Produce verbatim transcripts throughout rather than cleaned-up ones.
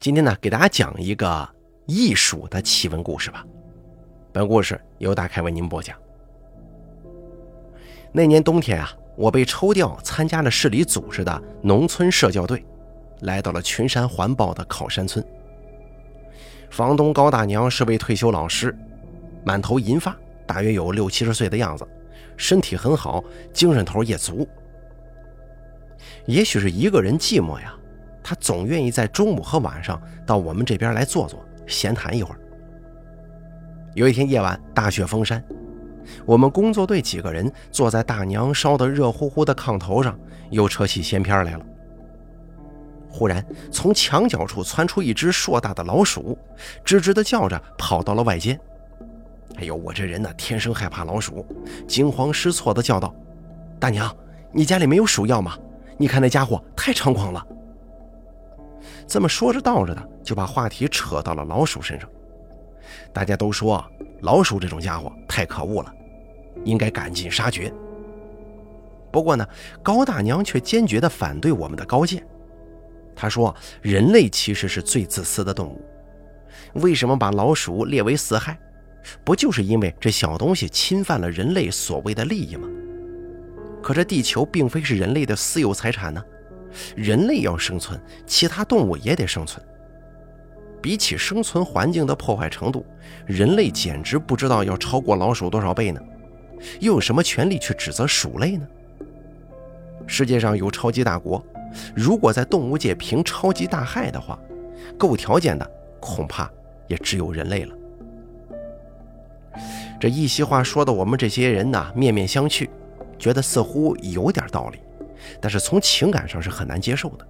今天呢，给大家讲一个艺术的奇闻故事吧。本故事由大开为您播讲。那年冬天啊，我被抽调参加了市里组织的农村社教队，来到了群山环抱的考山村。房东高大娘是位退休老师，满头银发，大约有六七十岁的样子，身体很好，精神头也足。也许是一个人寂寞呀，他总愿意在中午和晚上到我们这边来坐坐，闲谈一会儿。有一天夜晚，大雪封山，我们工作队几个人坐在大娘烧得热乎乎的炕头上，又扯起闲篇来了。忽然从墙角处窜出一只硕大的老鼠，吱吱地叫着跑到了外间。哎呦，我这人呢，天生害怕老鼠，惊慌失措地叫道：大娘，你家里没有鼠药吗？你看那家伙太猖狂了。这么说着道着的，就把话题扯到了老鼠身上。大家都说老鼠这种家伙太可恶了，应该赶尽杀绝。不过呢，高大娘却坚决地反对我们的高见。她说人类其实是最自私的动物，为什么把老鼠列为四害？不就是因为这小东西侵犯了人类所谓的利益吗？可这地球并非是人类的私有财产呢，人类要生存，其他动物也得生存。比起生存环境的破坏程度，人类简直不知道要超过老鼠多少倍呢，又有什么权利去指责鼠类呢？世界上有超级大国，如果在动物界评超级大害的话，够条件的恐怕也只有人类了。这一席话说的我们这些人呢，面面相觑，觉得似乎有点道理，但是从情感上是很难接受的。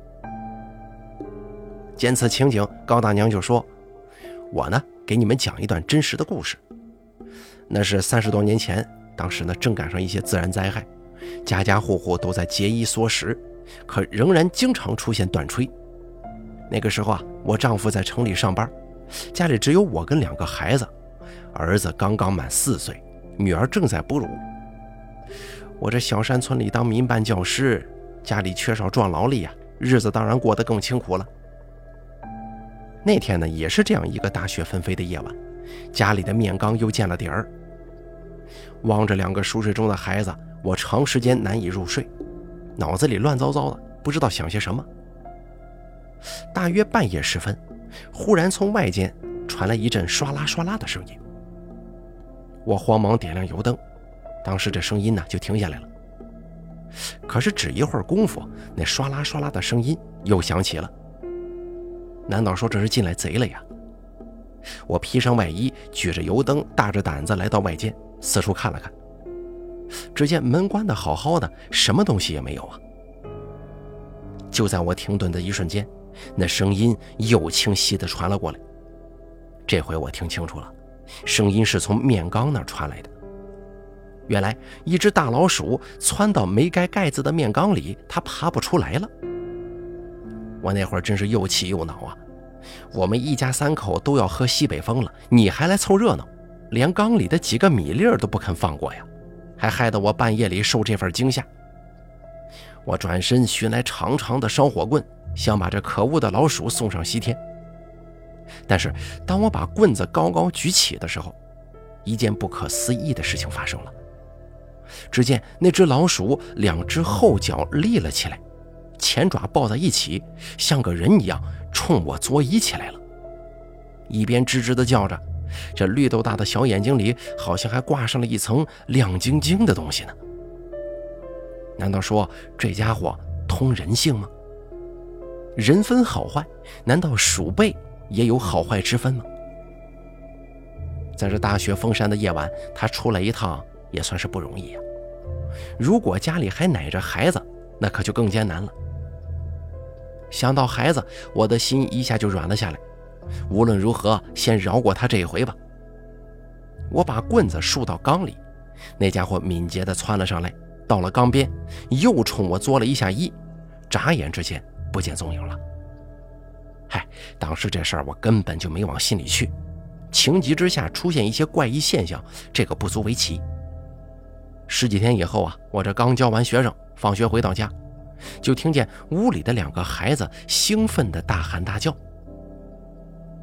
见此情景，高大娘就说：我呢，给你们讲一段真实的故事。那是三十多年前，当时呢正赶上一些自然灾害，家家户户都在节衣缩食，可仍然经常出现断炊。那个时候啊，我丈夫在城里上班，家里只有我跟两个孩子，儿子刚刚满四岁，女儿正在哺乳。我这小山村里当民办教师，家里缺少壮劳力啊，日子当然过得更清苦了。那天呢，也是这样一个大雪纷飞的夜晚，家里的面缸又见了底儿。望着两个熟睡中的孩子，我长时间难以入睡，脑子里乱糟糟的，不知道想些什么。大约半夜时分，忽然从外间传来一阵唰啦唰啦的声音。我慌忙点亮油灯，当时这声音呢就停下来了。可是只一会儿功夫，那唰啦唰啦的声音又响起了。难道说这是进来贼了呀？我披上外衣，举着油灯，大着胆子来到外间，四处看了看。只见门关得好好的，什么东西也没有啊。就在我停顿的一瞬间，那声音又清晰地传了过来。这回我听清楚了，声音是从面缸那儿传来的。原来一只大老鼠窜到没盖盖子的面缸里，它爬不出来了。我那会儿真是又气又恼啊！我们一家三口都要喝西北风了，你还来凑热闹，连缸里的几个米粒儿都不肯放过呀，还害得我半夜里受这份惊吓。我转身寻来长长的烧火棍，想把这可恶的老鼠送上西天。但是当我把棍子高高举起的时候，一件不可思议的事情发生了。只见那只老鼠两只后脚立了起来，前爪抱在一起，像个人一样冲我作揖起来了，一边吱吱地叫着，这绿豆大的小眼睛里好像还挂上了一层亮晶晶的东西呢。难道说这家伙通人性吗？人分好坏，难道鼠辈也有好坏之分吗？在这大雪封山的夜晚，他出来一趟也算是不容易啊。如果家里还奶着孩子，那可就更艰难了。想到孩子，我的心一下就软了下来。无论如何，先饶过他这一回吧。我把棍子竖到缸里，那家伙敏捷地窜了上来，到了缸边，又冲我作了一下揖，眨眼之间不见踪影了。嗨，当时这事儿我根本就没往心里去，情急之下出现一些怪异现象，这个不足为奇。十几天以后啊，我这刚教完学生，放学回到家，就听见屋里的两个孩子兴奋地大喊大叫。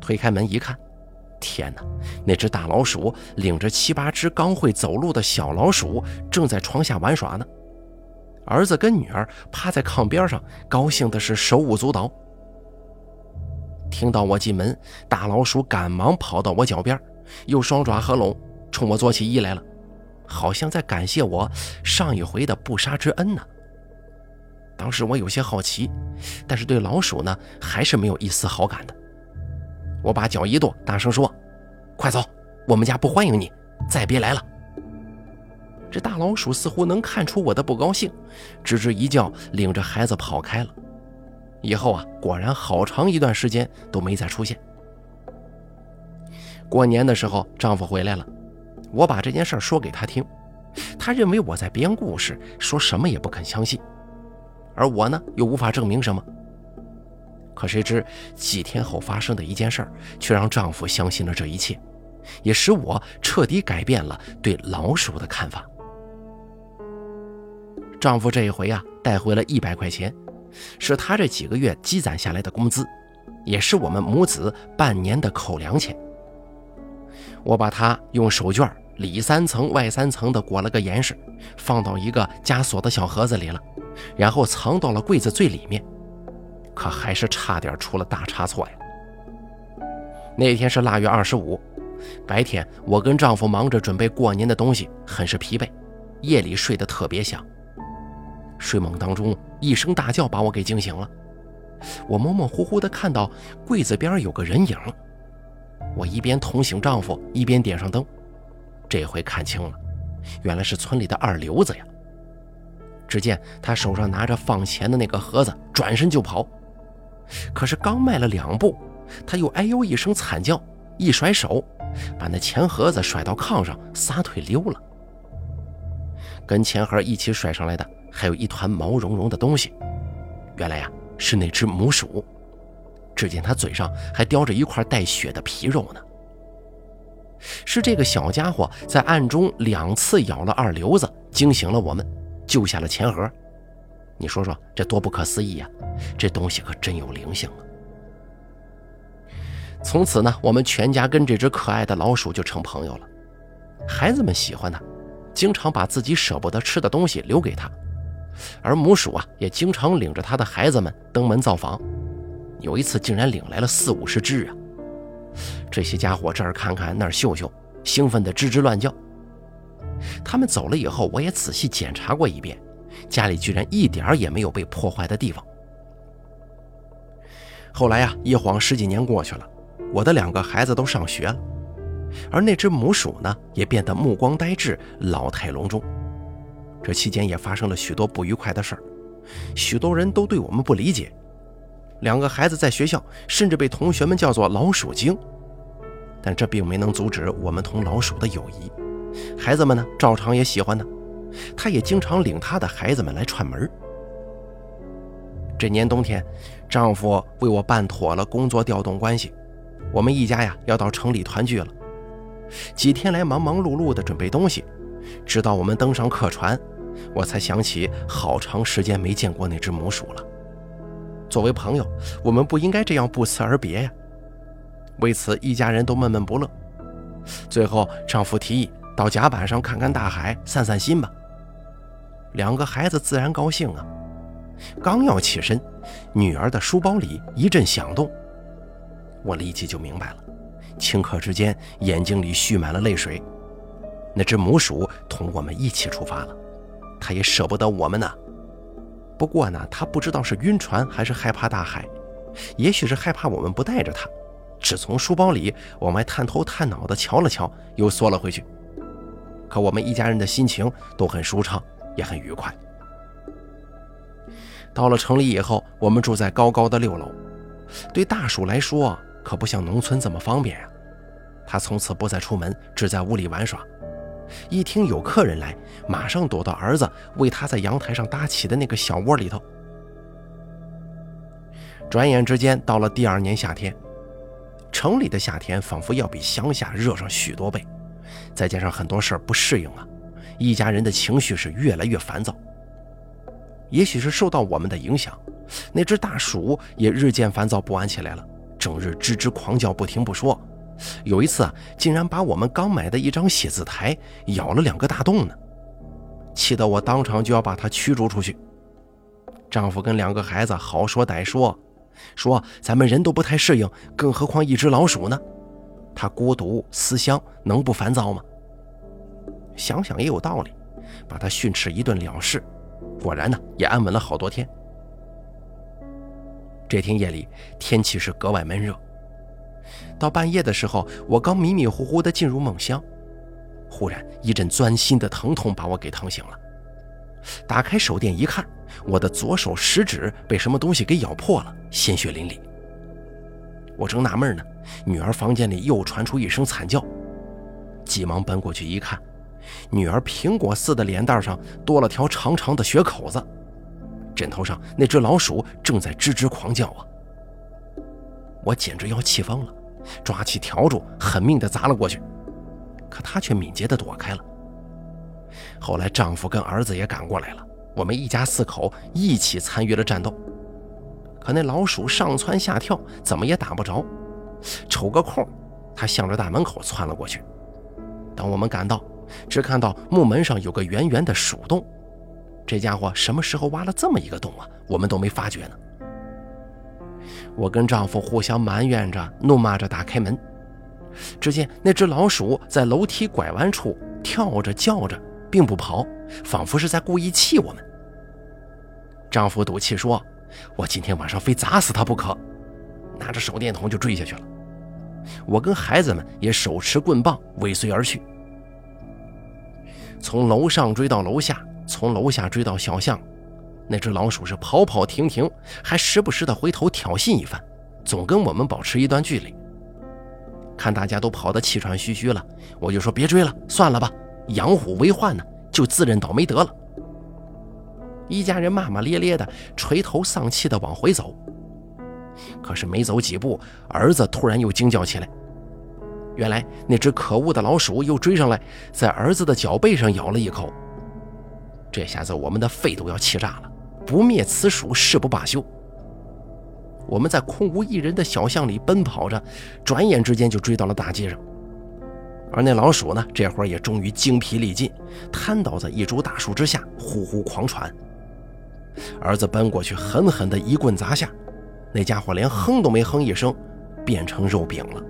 推开门一看，天哪，那只大老鼠领着七八只刚会走路的小老鼠正在床下玩耍呢。儿子跟女儿趴在炕边上，高兴的是手舞足蹈。听到我进门，大老鼠赶忙跑到我脚边，用双爪合拢，冲我做起揖来了，好像在感谢我上一回的不杀之恩呢。当时我有些好奇，但是对老鼠呢还是没有一丝好感的。我把脚一跺，大声说：“快走，我们家不欢迎你，再别来了。”这大老鼠似乎能看出我的不高兴，吱吱一叫，领着孩子跑开了。以后啊，果然好长一段时间都没再出现。过年的时候，丈夫回来了，我把这件事说给他听，他认为我在编故事，说什么也不肯相信，而我呢，又无法证明什么。可谁知几天后发生的一件事儿，却让丈夫相信了这一切，也使我彻底改变了对老鼠的看法。丈夫这一回啊，带回了一百块钱，是他这几个月积攒下来的工资，也是我们母子半年的口粮钱。我把它用手绢里三层外三层的裹了个严实，放到一个枷锁的小盒子里了，然后藏到了柜子最里面。可还是差点出了大差错呀。那天是腊月二十五，白天我跟丈夫忙着准备过年的东西，很是疲惫，夜里睡得特别香。睡梦当中，一声大叫把我给惊醒了。我模模糊糊地看到柜子边有个人影，我一边捅醒丈夫，一边点上灯。这回看清了，原来是村里的二流子呀。只见他手上拿着放钱的那个盒子，转身就跑。可是刚迈了两步，他又哎呦一声惨叫，一甩手，把那钱盒子甩到炕上，撒腿溜了。跟钱盒一起甩上来的还有一团毛茸茸的东西，原来呀，是那只母鼠。只见它嘴上还叼着一块带血的皮肉呢。是这个小家伙在暗中两次咬了二流子，惊醒了我们，救下了钱盒。你说说，这多不可思议呀！这东西可真有灵性啊。从此呢，我们全家跟这只可爱的老鼠就成朋友了。孩子们喜欢它，经常把自己舍不得吃的东西留给它，而母鼠啊，也经常领着它的孩子们登门造访。有一次竟然领来了四五十只啊！这些家伙这儿看看那儿嗅嗅，兴奋地吱吱乱叫。他们走了以后，我也仔细检查过一遍，家里居然一点也没有被破坏的地方。后来啊，一晃十几年过去了，我的两个孩子都上学了，而那只母鼠呢，也变得目光呆滞，老态龙钟。这期间也发生了许多不愉快的事儿，许多人都对我们不理解。两个孩子在学校甚至被同学们叫做老鼠精，但这并没能阻止我们同老鼠的友谊。孩子们呢，照常也喜欢呢，他也经常领他的孩子们来串门。这年冬天，丈夫为我办妥了工作调动关系，我们一家呀要到城里团聚了。几天来忙忙碌碌的准备东西，直到我们登上客船，我才想起好长时间没见过那只母鼠了。作为朋友，我们不应该这样不辞而别呀。为此，一家人都闷闷不乐。最后，丈夫提议到甲板上看看大海，散散心吧。两个孩子自然高兴啊。刚要起身，女儿的书包里一阵响动，我立即就明白了，顷刻之间眼睛里蓄满了泪水。那只母鼠同我们一起出发了，它也舍不得我们呢。不过呢，它不知道是晕船还是害怕大海，也许是害怕我们不带着它，只从书包里往外探头探脑的瞧了瞧，又缩了回去。可我们一家人的心情都很舒畅，也很愉快。到了城里以后，我们住在高高的六楼，对大鼠来说可不像农村这么方便呀。它从此不再出门，只在屋里玩耍。一听有客人来，马上躲到儿子为他在阳台上搭起的那个小窝里头。转眼之间到了第二年夏天，城里的夏天仿佛要比乡下热上许多倍，再加上很多事儿不适应啊，一家人的情绪是越来越烦躁。也许是受到我们的影响，那只大鼠也日渐烦躁不安起来了， 整日吱吱狂叫不停不说，有一次啊，竟然把我们刚买的一张写字台咬了两个大洞呢，气得我当场就要把他驱逐出去。丈夫跟两个孩子好说歹说，说咱们人都不太适应，更何况一只老鼠呢？它孤独思乡，能不烦躁吗？想想也有道理，把它训斥一顿了事，果然呢也安稳了好多天。这天夜里天气是格外闷热，到半夜的时候，我刚迷迷糊糊地进入梦乡，忽然一阵钻心的疼痛把我给疼醒了。打开手电一看，我的左手食指被什么东西给咬破了，鲜血淋漓。我正纳闷呢，女儿房间里又传出一声惨叫，急忙奔过去一看，女儿苹果似的脸蛋上多了条长长的血口子，枕头上那只老鼠正在吱吱狂叫啊！我简直要气疯了，抓起笤帚狠命地砸了过去，可她却敏捷地躲开了。后来丈夫跟儿子也赶过来了，我们一家四口一起参与了战斗，可那老鼠上蹿下跳，怎么也打不着，瞅个空，它向着大门口窜了过去。等我们赶到，只看到木门上有个圆圆的鼠洞，这家伙什么时候挖了这么一个洞啊？我们都没发觉呢。我跟丈夫互相埋怨着，怒骂着打开门，只见那只老鼠在楼梯拐弯处跳着叫着，并不跑，仿佛是在故意气我们。丈夫赌气说，我今天晚上非砸死他不可，拿着手电筒就追下去了。我跟孩子们也手持棍棒尾随而去，从楼上追到楼下，从楼下追到小巷，那只老鼠是跑跑停停，还时不时的回头挑衅一番，总跟我们保持一段距离。看大家都跑得气喘吁吁了，我就说别追了，算了吧，养虎为患呢，就自认倒霉得了。一家人骂骂咧咧的，垂头丧气的往回走。可是没走几步，儿子突然又惊叫起来。原来那只可恶的老鼠又追上来，在儿子的脚背上咬了一口。这下子我们的肺都要气炸了，不灭此鼠誓不罢休。我们在空无一人的小巷里奔跑着，转眼之间就追到了大街上。而那老鼠呢，这会儿也终于精疲力尽，瘫倒在一株大树之下，呼呼狂喘。儿子奔过去狠狠地一棍砸下，那家伙连哼都没哼一声，变成肉饼了。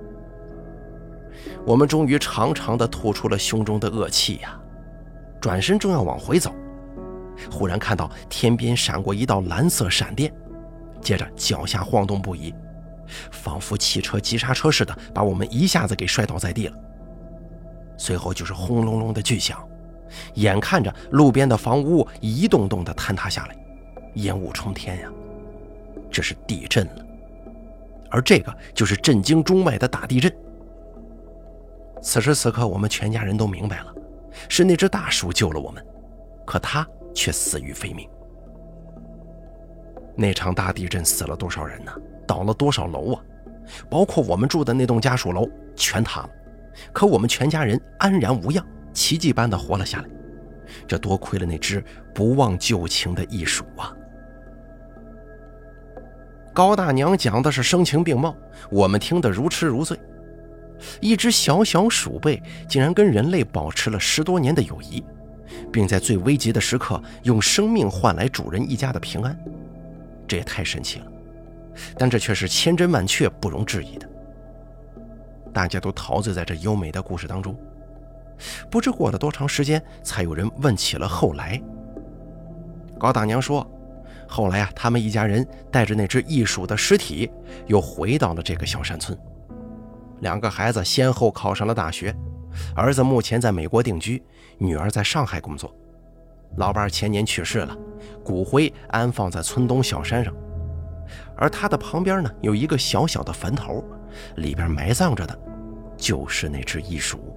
我们终于长长地吐出了胸中的恶气呀，转身正要往回走，忽然看到天边闪过一道蓝色闪电，接着脚下晃动不已，仿佛汽车急刹车似的，把我们一下子给摔倒在地了。随后就是轰隆隆的巨响，眼看着路边的房屋一栋栋的坍塌下来，烟雾冲天呀，这是地震了。而这个就是震惊中外的大地震。此时此刻我们全家人都明白了，是那只大鼠救了我们，可它却死于非命。那场大地震死了多少人呢？倒了多少楼啊？包括我们住的那栋家属楼全塌了，可我们全家人安然无恙，奇迹般的活了下来。这多亏了那只不忘旧情的异鼠啊！高大娘讲的是声情并茂，我们听得如痴如醉。一只小小鼠辈竟然跟人类保持了十多年的友谊，并在最危急的时刻用生命换来主人一家的平安，这也太神奇了。但这却是千真万确不容置疑的。大家都陶醉在这优美的故事当中，不知过了多长时间，才有人问起了后来。高大娘说，后来啊，他们一家人带着那只异鼠的尸体又回到了这个小山村。两个孩子先后考上了大学，儿子目前在美国定居，女儿在上海工作。老伴前年去世了，骨灰安放在村东小山上，而他的旁边呢有一个小小的坟头，里边埋葬着的就是那只异鼠。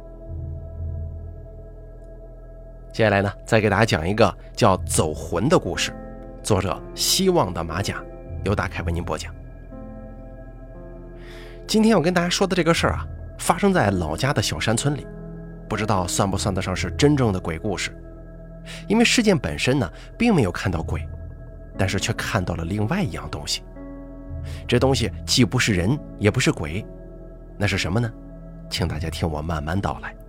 接下来呢，再给大家讲一个叫走魂的故事，作者希望的马甲，由大凯为您播讲。今天我跟大家说的这个事儿啊，发生在老家的小山村里，不知道算不算得上是真正的鬼故事。因为事件本身呢，并没有看到鬼，但是却看到了另外一样东西。 这东西既不是人，也不是鬼，那是什么呢？请大家听我慢慢道来。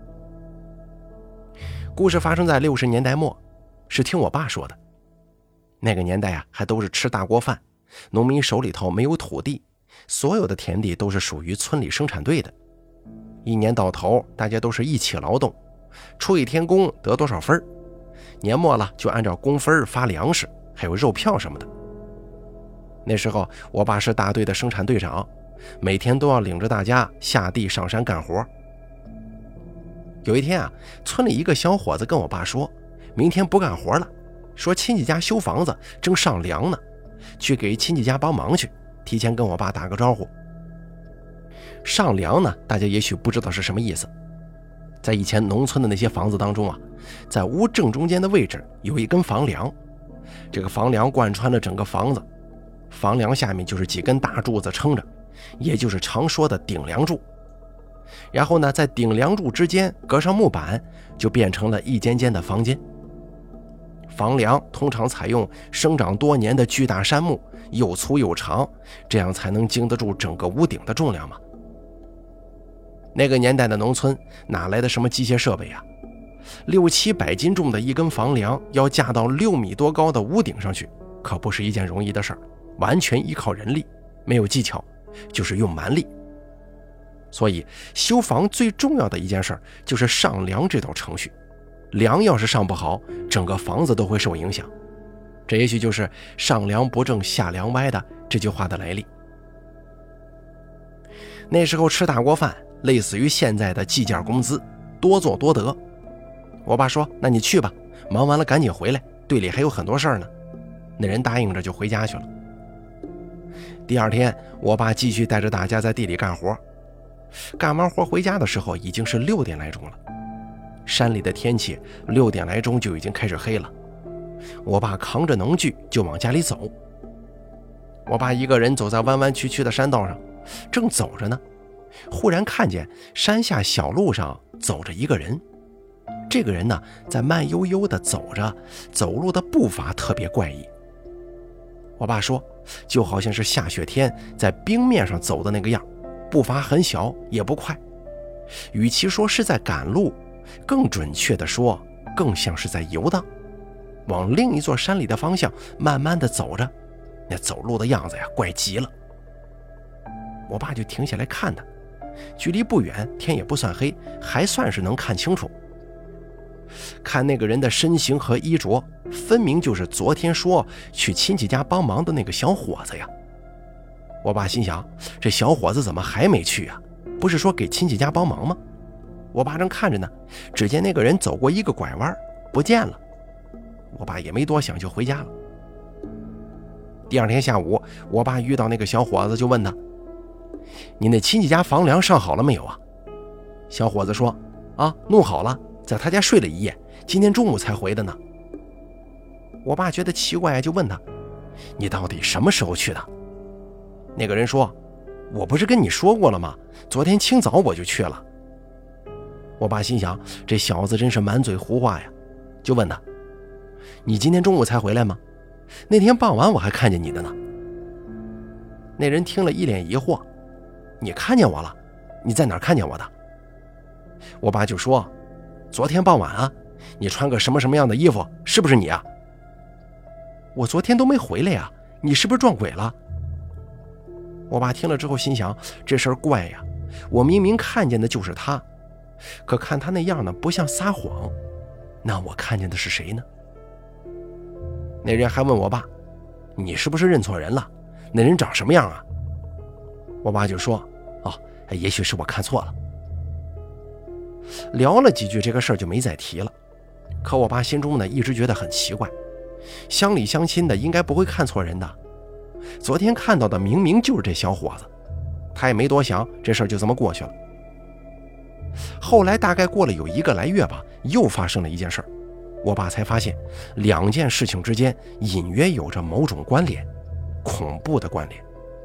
故事发生在六十年代末，是听我爸说的。那个年代啊，还都是吃大锅饭，农民手里头没有土地，所有的田地都是属于村里生产队的。一年到头，大家都是一起劳动，出一天工得多少分，年末了就按照工分发粮食，还有肉票什么的。那时候我爸是大队的生产队长，每天都要领着大家下地上山干活。有一天啊，村里一个小伙子跟我爸说，明天不干活了，说亲戚家修房子正上梁呢，去给亲戚家帮忙去，提前跟我爸打个招呼。上梁呢，大家也许不知道是什么意思。在以前农村的那些房子当中啊，在屋正中间的位置有一根房梁，这个房梁贯穿了整个房子，房梁下面就是几根大柱子撑着，也就是常说的顶梁柱。然后呢，在顶梁柱之间隔上木板，就变成了一间间的房间。房梁通常采用生长多年的巨大杉木，又粗又长，这样才能经得住整个屋顶的重量嘛。那个年代的农村哪来的什么机械设备啊？六七百斤重的一根房梁要架到六米多高的屋顶上去，可不是一件容易的事儿，完全依靠人力，没有技巧，就是用蛮力。所以修房最重要的一件事就是上梁这道程序，梁要是上不好，整个房子都会受影响。这也许就是上梁不正下梁歪的这句话的来历。那时候吃大锅饭类似于现在的计件工资，多做多得。我爸说，那你去吧，忙完了赶紧回来，队里还有很多事儿呢。那人答应着就回家去了。第二天我爸继续带着大家在地里干活，干完活回家的时候已经是六点来钟了。山里的天气六点来钟就已经开始黑了。我爸扛着农具就往家里走。我爸一个人走在弯弯曲曲的山道上，正走着呢，忽然看见山下小路上走着一个人。这个人呢，在慢悠悠地走着，走路的步伐特别怪异。我爸说，就好像是下雪天在冰面上走的那个样，步伐很小也不快。与其说是在赶路，更准确地说，更像是在游荡，往另一座山里的方向慢慢地走着。那走路的样子呀，怪极了。我爸就停下来看他，距离不远，天也不算黑，还算是能看清楚。看那个人的身形和衣着，分明就是昨天说去亲戚家帮忙的那个小伙子呀。我爸心想，这小伙子怎么还没去啊？不是说给亲戚家帮忙吗？我爸正看着呢，只见那个人走过一个拐弯，不见了。我爸也没多想，就回家了。第二天下午，我爸遇到那个小伙子，就问他，你那亲戚家房梁上好了没有啊？小伙子说，啊，弄好了，在他家睡了一夜，今天中午才回的呢。我爸觉得奇怪，就问他，你到底什么时候去的？那个人说，我不是跟你说过了吗？昨天清早我就去了。我爸心想，这小子真是满嘴胡话呀，就问他，你今天中午才回来吗？那天傍晚我还看见你的呢。那人听了一脸疑惑，你看见我了？你在哪儿看见我的？我爸就说，昨天傍晚啊，你穿个什么什么样的衣服，是不是你啊？我昨天都没回来呀，你是不是撞鬼了？我爸听了之后心想，这事儿怪呀，我明明看见的就是他，可看他那样呢，不像撒谎，那我看见的是谁呢？那人还问我爸，你是不是认错人了？那人长什么样啊？我爸就说，哦，也许是我看错了。聊了几句，这个事儿就没再提了。可我爸心中呢，一直觉得很奇怪，乡里乡亲的应该不会看错人的，昨天看到的明明就是这小伙子。他也没多想，这事儿就这么过去了。后来大概过了有一个来月吧，又发生了一件事儿，我爸才发现两件事情之间隐约有着某种关联，恐怖的关联。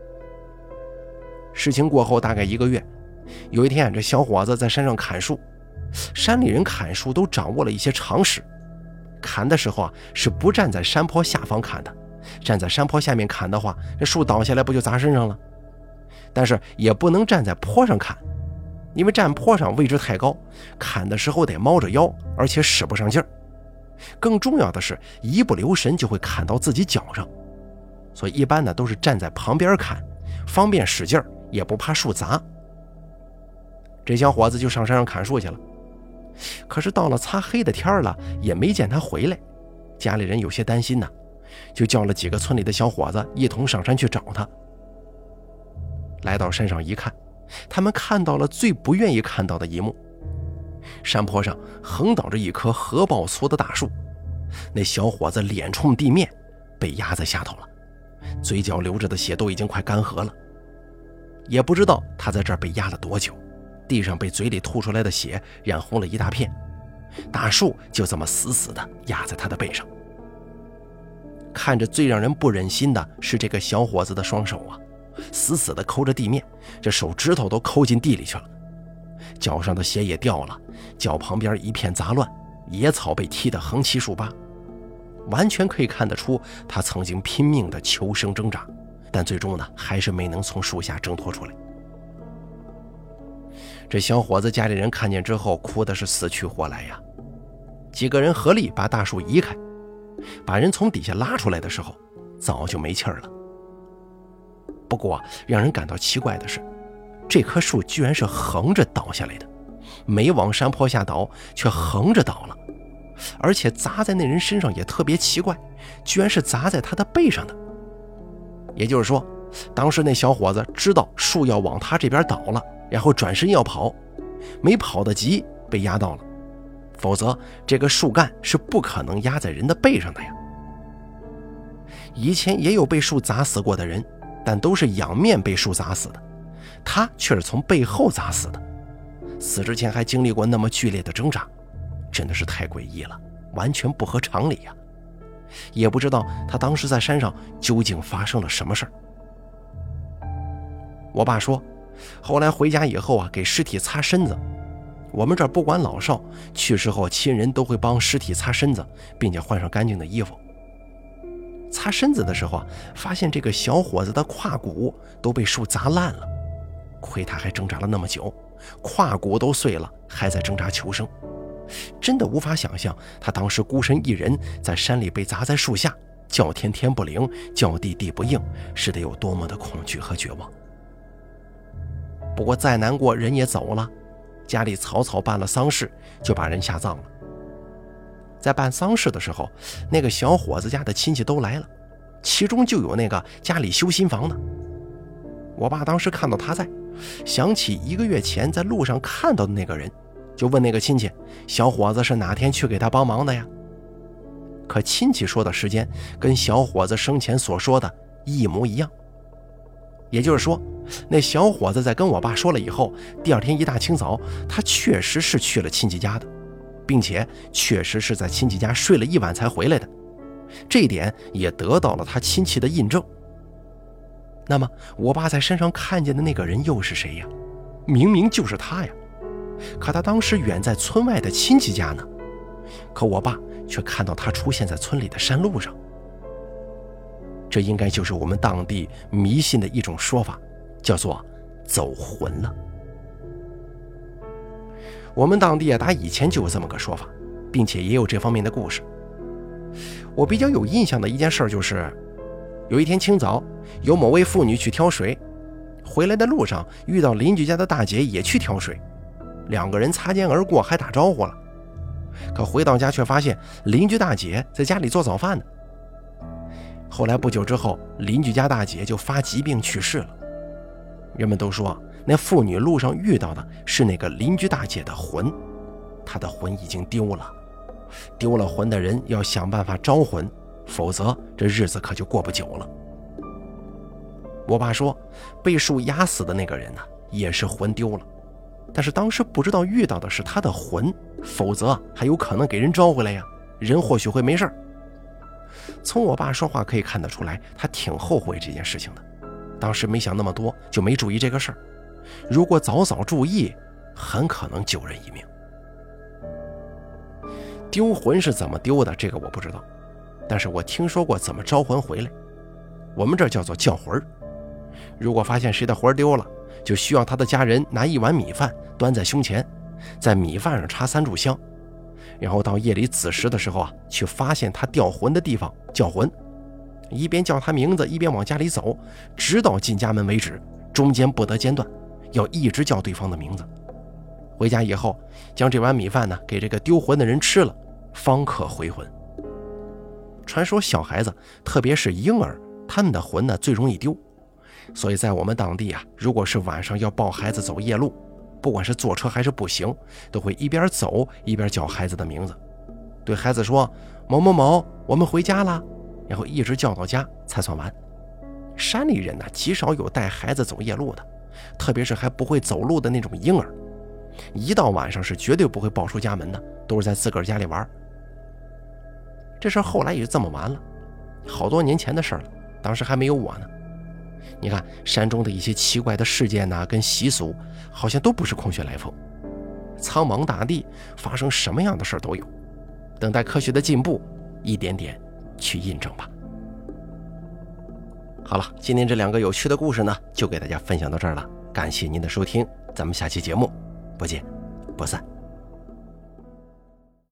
事情过后大概一个月，有一天这小伙子在山上砍树，山里人砍树都掌握了一些常识，砍的时候啊是不站在山坡下方砍的， 站在山坡下面砍的话，这树倒下来不就砸身上了？但是也不能站在坡上砍，因为站坡上位置太高，砍的时候得猫着腰，而且使不上劲儿。更重要的是，一不留神就会砍到自己脚上，所以一般呢都是站在旁边砍，方便使劲儿，也不怕树砸。这小伙子就上山上砍树去了，可是到了擦黑的天了，也没见他回来。家里人有些担心呢，就叫了几个村里的小伙子一同上山去找他。来到山上一看，他们看到了最不愿意看到的一幕。山坡上横倒着一棵河抱粗的大树，那小伙子脸冲地面，被压在下头了，嘴角流着的血都已经快干涸了。也不知道他在这儿被压了多久，地上被嘴里吐出来的血染红了一大片，大树就这么死死地压在他的背上。看着最让人不忍心的是这个小伙子的双手啊，死死地抠着地面，这手指头都抠进地里去了，脚上的鞋也掉了，脚旁边一片杂乱，野草被踢得横七竖八，完全可以看得出他曾经拼命地求生挣扎，但最终呢还是没能从树下挣脱出来。这小伙子家里人看见之后哭的是死去活来呀，几个人合力把大树移开，把人从底下拉出来的时候早就没气儿了。不过让人感到奇怪的是，这棵树居然是横着倒下来的，没往山坡下倒，却横着倒了，而且砸在那人身上也特别奇怪，居然是砸在他的背上的。也就是说，当时那小伙子知道树要往他这边倒了，然后转身要跑，没跑得及，被压到了，否则这个树干是不可能压在人的背上的呀。以前也有被树砸死过的人，但都是仰面被树砸死的，他却是从背后砸死的，死之前还经历过那么剧烈的挣扎，真的是太诡异了，完全不合常理呀。也不知道他当时在山上究竟发生了什么事儿。我爸说，后来回家以后啊，给尸体擦身子。我们这儿不管老少，去世后亲人都会帮尸体擦身子，并且换上干净的衣服。擦身子的时候啊，发现这个小伙子的胯骨都被树砸烂了，亏他还挣扎了那么久，胯骨都碎了，还在挣扎求生。真的无法想象他当时孤身一人在山里被砸在树下，叫天天不灵，叫地地不应，是得有多么的恐惧和绝望。不过再难过，人也走了，家里草草办了丧事，就把人下葬了。在办丧事的时候，那个小伙子家的亲戚都来了，其中就有那个家里修新房的。我爸当时看到他在，想起一个月前在路上看到的那个人，就问那个亲戚，小伙子是哪天去给他帮忙的呀？可亲戚说的时间跟小伙子生前所说的一模一样。也就是说，那小伙子在跟我爸说了以后，第二天一大清早，他确实是去了亲戚家的，并且确实是在亲戚家睡了一晚才回来的，这一点也得到了他亲戚的印证。那么我爸在山上看见的那个人又是谁呀？明明就是他呀，可他当时远在村外的亲戚家呢，可我爸却看到他出现在村里的山路上。这应该就是我们当地迷信的一种说法，叫做走魂了。我们当地啊，打以前就有这么个说法，并且也有这方面的故事。我比较有印象的一件事就是，有一天清早，有某位妇女去挑水，回来的路上遇到邻居家的大姐也去挑水，两个人擦肩而过，还打招呼了。可回到家却发现邻居大姐在家里做早饭呢。后来不久之后，邻居家大姐就发疾病去世了。人们都说，那妇女路上遇到的是那个邻居大姐的魂，她的魂已经丢了，丢了魂的人要想办法招魂，否则这日子可就过不久了。我爸说，被树压死的那个人呢，也是魂丢了，但是当时不知道遇到的是他的魂，否则还有可能给人招回来呀，人或许会没事儿。从我爸说话可以看得出来，他挺后悔这件事情的，当时没想那么多，就没注意这个事儿。如果早早注意，很可能救人一命。丢魂是怎么丢的，这个我不知道， 但是我听说过怎么招魂回来，我们这叫做叫魂。如果发现谁的魂丢了，就需要他的家人拿一碗米饭端在胸前，在米饭上插三炷香，然后到夜里子时的时候啊，去发现他掉魂的地方叫魂，一边叫他名字一边往家里走，直到进家门为止，中间不得间断，要一直叫对方的名字。回家以后将这碗米饭呢给这个丢魂的人吃了，方可回魂。传说小孩子特别是婴儿，他们的魂呢最容易丢，所以在我们当地啊，如果是晚上要抱孩子走夜路，不管是坐车还是步行，都会一边走一边叫孩子的名字，对孩子说某某某我们回家了，然后一直叫到家才算完。山里人呢极少有带孩子走夜路的，特别是还不会走路的那种婴儿，一到晚上是绝对不会抱出家门的，都是在自个儿家里玩。这事后来也就这么完了，好多年前的事了，当时还没有我呢。你看山中的一些奇怪的事件呐、啊，跟习俗好像都不是空穴来风，苍茫大地发生什么样的事都有，等待科学的进步一点点去印证吧。好了，今天这两个有趣的故事呢，就给大家分享到这儿了，感谢您的收听，咱们下期节目不见不散。